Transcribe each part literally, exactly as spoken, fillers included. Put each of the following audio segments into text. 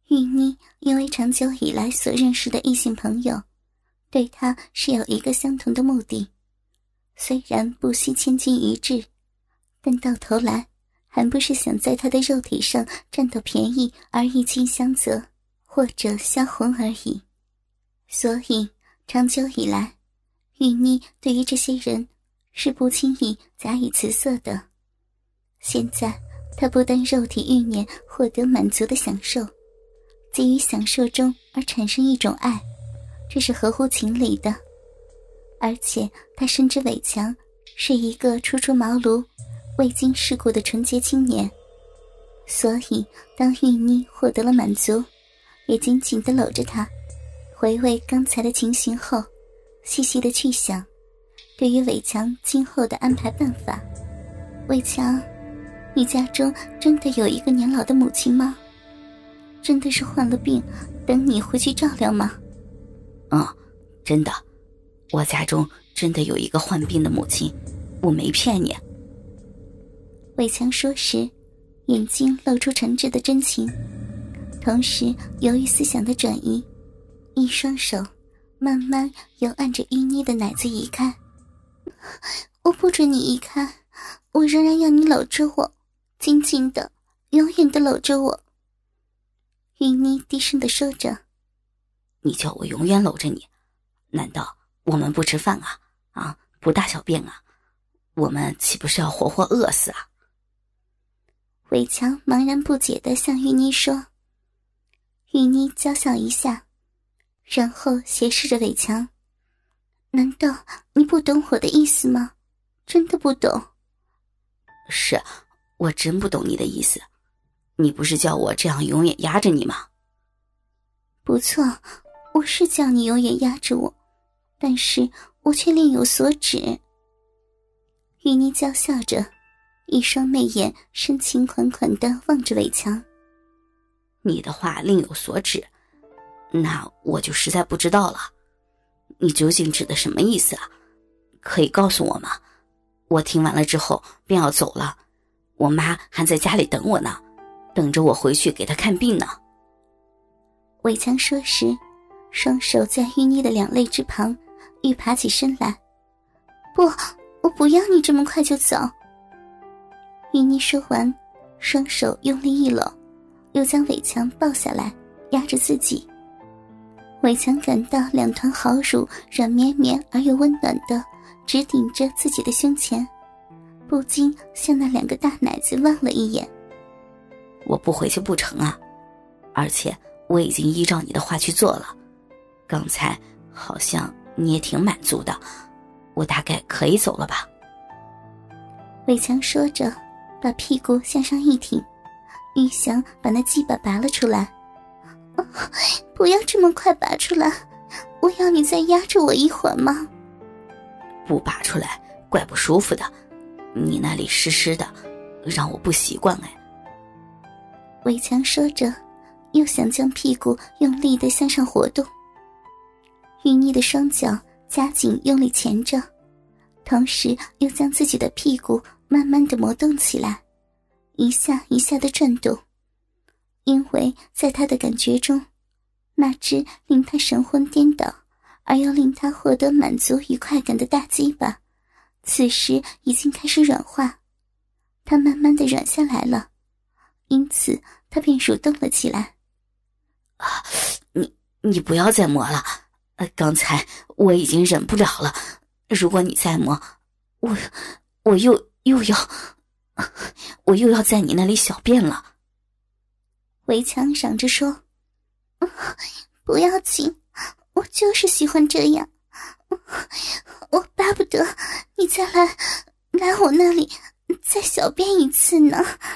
玉妮因为长久以来所认识的异性朋友，对他是有一个相同的目的。虽然不惜千金一掷，但到头来还不是想在他的肉体上占到便宜而一亲相责，或者销魂而已。所以长久以来，玉妮对于这些人是不轻易假以辞色的。现在她不但肉体欲念获得满足的享受，基于享受中而产生一种爱，这是合乎情理的。而且她深知伟强是一个初出茅庐未经世故的纯洁青年，所以当玉妮获得了满足，也紧紧地搂着他，回味刚才的情形后，细细地去想对于伟强今后的安排办法。伟强，你家中真的有一个年老的母亲吗？真的是患了病等你回去照料吗？ 嗯，真的，我家中真的有一个患病的母亲，我没骗你。 伟强说时，眼睛露出诚挚的真情，同时由于思想的转移，一双手慢慢由按着玉妮的奶子移开。我不准你移开，我仍然要你搂着我，紧紧的，永远的搂着我。玉妮低声地说着。 你叫我永远搂着你，难道我们不吃饭啊？啊，不大小便啊？我们岂不是要活活饿死啊？ 伟强茫然不解地向玉妮说。玉妮娇笑一下，然后斜视着伟强，难道你不懂我的意思吗？真的不懂？ 是，我真不懂你的意思。你不是叫我这样永远压着你吗？ 不错，我是叫你永远压着我，但是我却另有所指。玉妮娇笑着，一双媚眼深情款款地望着伟强。 你的话另有所指，那我就实在不知道了。你究竟指的什么意思啊？可以告诉我吗？我听完了之后便要走了，我妈还在家里等我呢，等着我回去给她看病呢。 伟强说时，双手在玉妮的两肋之旁欲爬起身来。不，我不要你这么快就走。玉妮说完，双手用力一搂，又将伟强抱下来，压着自己。伟强感到两团好乳软绵绵而又温暖的直顶着自己的胸前，不禁向那两个大奶子望了一眼。 我不回去不成啊，而且我已经依照你的话去做了，刚才好像你也挺满足的，我大概可以走了吧？ 伟强说着，把屁股向上一挺，欲想把那鸡巴拔了出来。哦，不要这么快拔出来，我要你再压着我一会儿吗？ 不拔出来怪不舒服的，你那里湿湿的，让我不习惯哎。 伟强说着，又想将屁股用力地向上活动。玉妮的双脚加紧用力钳着，同时又将自己的屁股慢慢地挪动起来，一下一下地转动。因为在他的感觉中，那只令他神魂颠倒而又令他获得满足与快感的大鸡巴，此时已经开始软化，他慢慢地软下来了，因此他便蠕动了起来。 啊，你你不要再磨了，呃，刚才我已经忍不了了，如果你再磨，我我又又要我又要在你那里小便了。 围墙嚷着说，不要紧，我就是喜欢这样，我巴不得你再来来我那里再小便一次呢。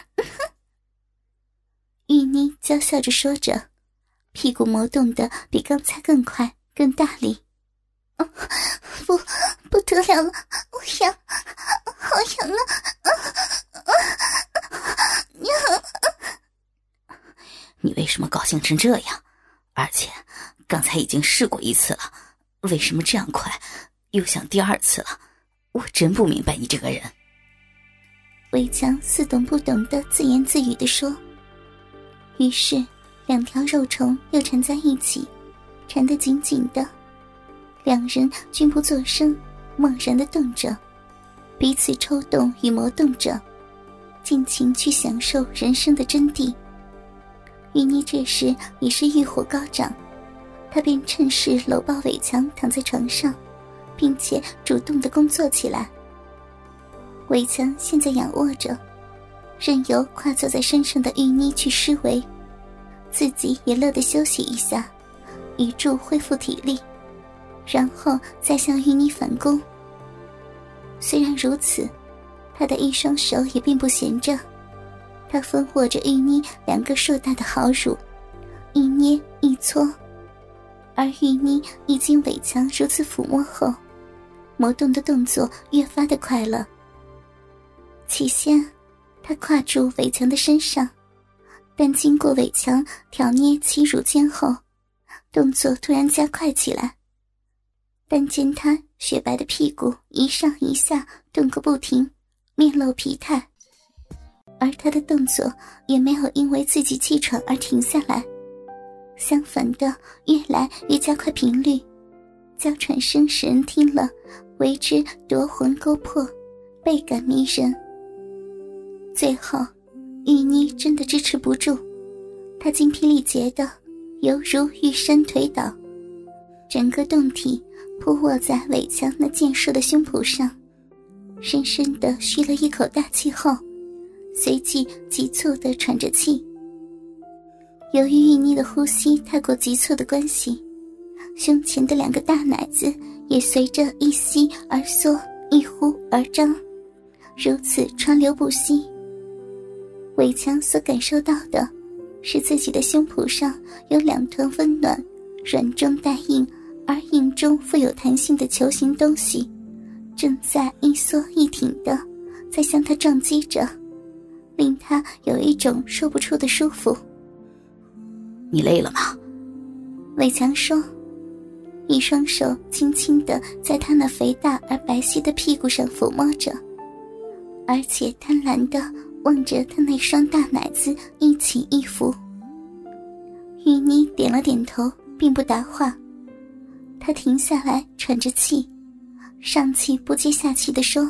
玉妮娇笑着说着，屁股挪动的比刚才更快更大力。哦，不不得了了，我痒，好痒啊！啊啊你为什么高兴成这样？而且刚才已经试过一次了，为什么这样快又想第二次了？我真不明白你这个人。 围墙似懂不懂的自言自语地说。于是两条肉虫又缠在一起，缠得紧紧的，两人均不作声，茫然地动着，彼此抽动与磨动着，尽情去享受人生的真谛。玉妮这时已是欲火高涨，她便趁势搂抱伟强躺在床上，并且主动地工作起来。伟强现在仰卧着，任由跨坐在身上的玉妮去施为，自己也乐得休息一下，以助恢复体力，然后再向玉妮反攻。虽然如此，他的一双手也并不闲着，他分握着玉妮两个硕大的好乳，一捏一搓，而玉妮一经伟强如此抚摸后，磨动的动作越发的快了。起先他跨住伟强的身上，但经过伟强挑捏其乳尖后，动作突然加快起来。但见他雪白的屁股一上一下动个不停，面露疲态，而他的动作也没有因为自己气喘而停下来，相反的越来越加快频率，娇喘声使人听了为之夺魂勾魄，倍感迷人。最后玉妮真的支持不住，她精疲力竭的犹如玉山推倒，整个胴体扑卧在伟强那健硕的胸脯上，深深地吁了一口大气后，随即急促地喘着气。由于玉妮的呼吸太过急促的关系，胸前的两个大奶子也随着一吸而缩，一呼而张，如此川流不息。伟强所感受到的是自己的胸脯上有两团温暖、软中带硬而硬中富有弹性的球形东西，正在一缩一挺的在向他撞击着，令他有一种说不出的舒服。 你累了吗？ 伟强说，一双手轻轻地在他那肥大而白皙的屁股上抚摸着，而且贪婪地望着他那双大奶子一起一伏。玉妮点了点头，并不答话。她停下来喘着气，上气不接下气地说，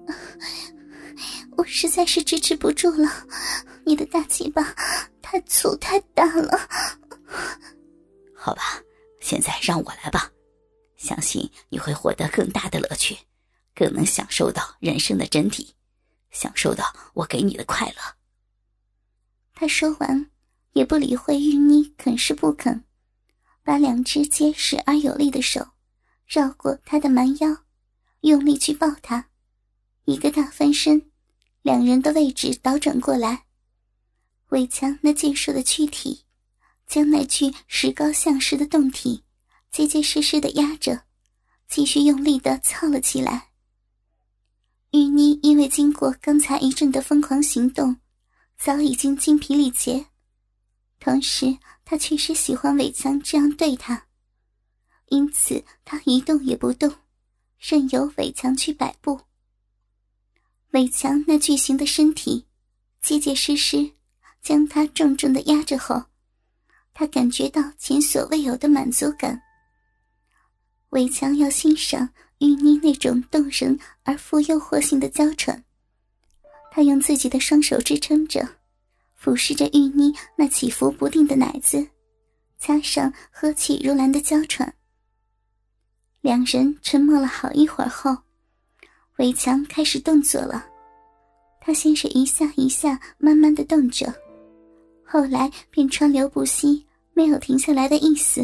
我实在是支持不住了，你的大鸡巴太粗太大了。 好吧，现在让我来吧，相信你会获得更大的乐趣，更能享受到人生的真谛，享受到我给你的快乐。 他说完也不理会玉妮肯是不肯，把两只结实而有力的手绕过他的蛮腰，用力去抱他，一个大翻身，两人的位置倒转过来，伟强那健硕的躯体将那具石膏像似的胴体结结实实地压着，继续用力地操了起来。玉妮因为经过刚才一阵的疯狂行动，早已经精疲力竭，同时她确实喜欢伟强这样对她，因此她一动也不动，任由伟强去摆布。伟强那巨型的身体结结实实将她重重地压着后，她感觉到前所未有的满足感。伟强要欣赏玉妮那种动人而富诱惑性的娇喘，他用自己的双手支撑着，俯视着玉妮那起伏不定的奶子，加上呵气如兰的娇喘。两人沉默了好一会儿后，伟强开始动作了。他先是一下一下慢慢地动着，后来便川流不息，没有停下来的意思。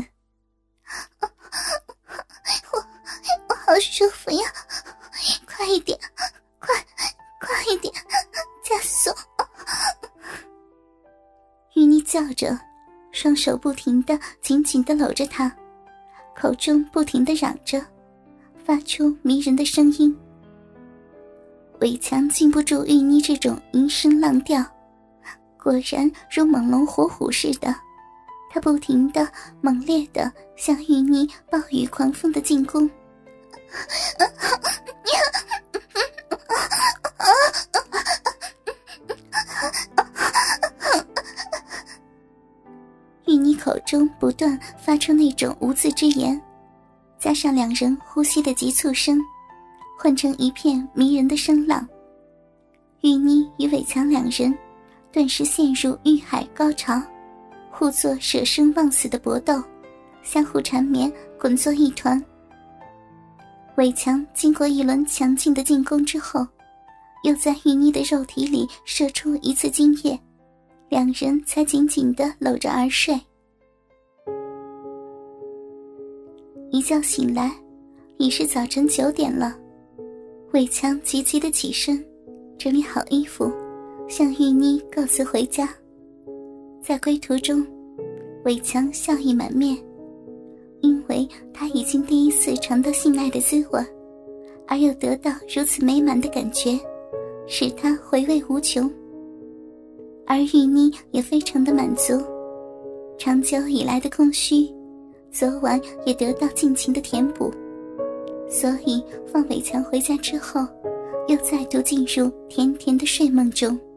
我我好舒服呀，快一点，快快一点，加速。玉妮叫着，双手不停地紧紧地搂着他，口中不停地嚷着，发出迷人的声音。伟强禁不住玉妮这种吟声浪调，果然如猛龙活虎似的，他不停地猛烈地向玉妮暴雨狂风的进攻。 玉妮口中不断发出那种无字之言，加上两人呼吸的急促声，换成一片迷人的声浪。玉妮与伟强两人顿时陷入欲海高潮，互作舍生忘死的搏斗，相互缠绵，滚作一团。伟强经过一轮强劲的进攻之后，又在玉妮的肉体里射出一次精液，两人才紧紧地搂着而睡。一觉醒来，已是早晨九点了。伟强急急地起身，整理好衣服，向玉妮告辞回家。在归途中，伟强笑意满面，因为他已经第一次尝到性爱的滋味，而又得到如此美满的感觉，使他回味无穷。而玉妮也非常的满足，长久以来的空虚，昨晚也得到尽情的填补，所以放伟强回家之后，又再度进入甜甜的睡梦中。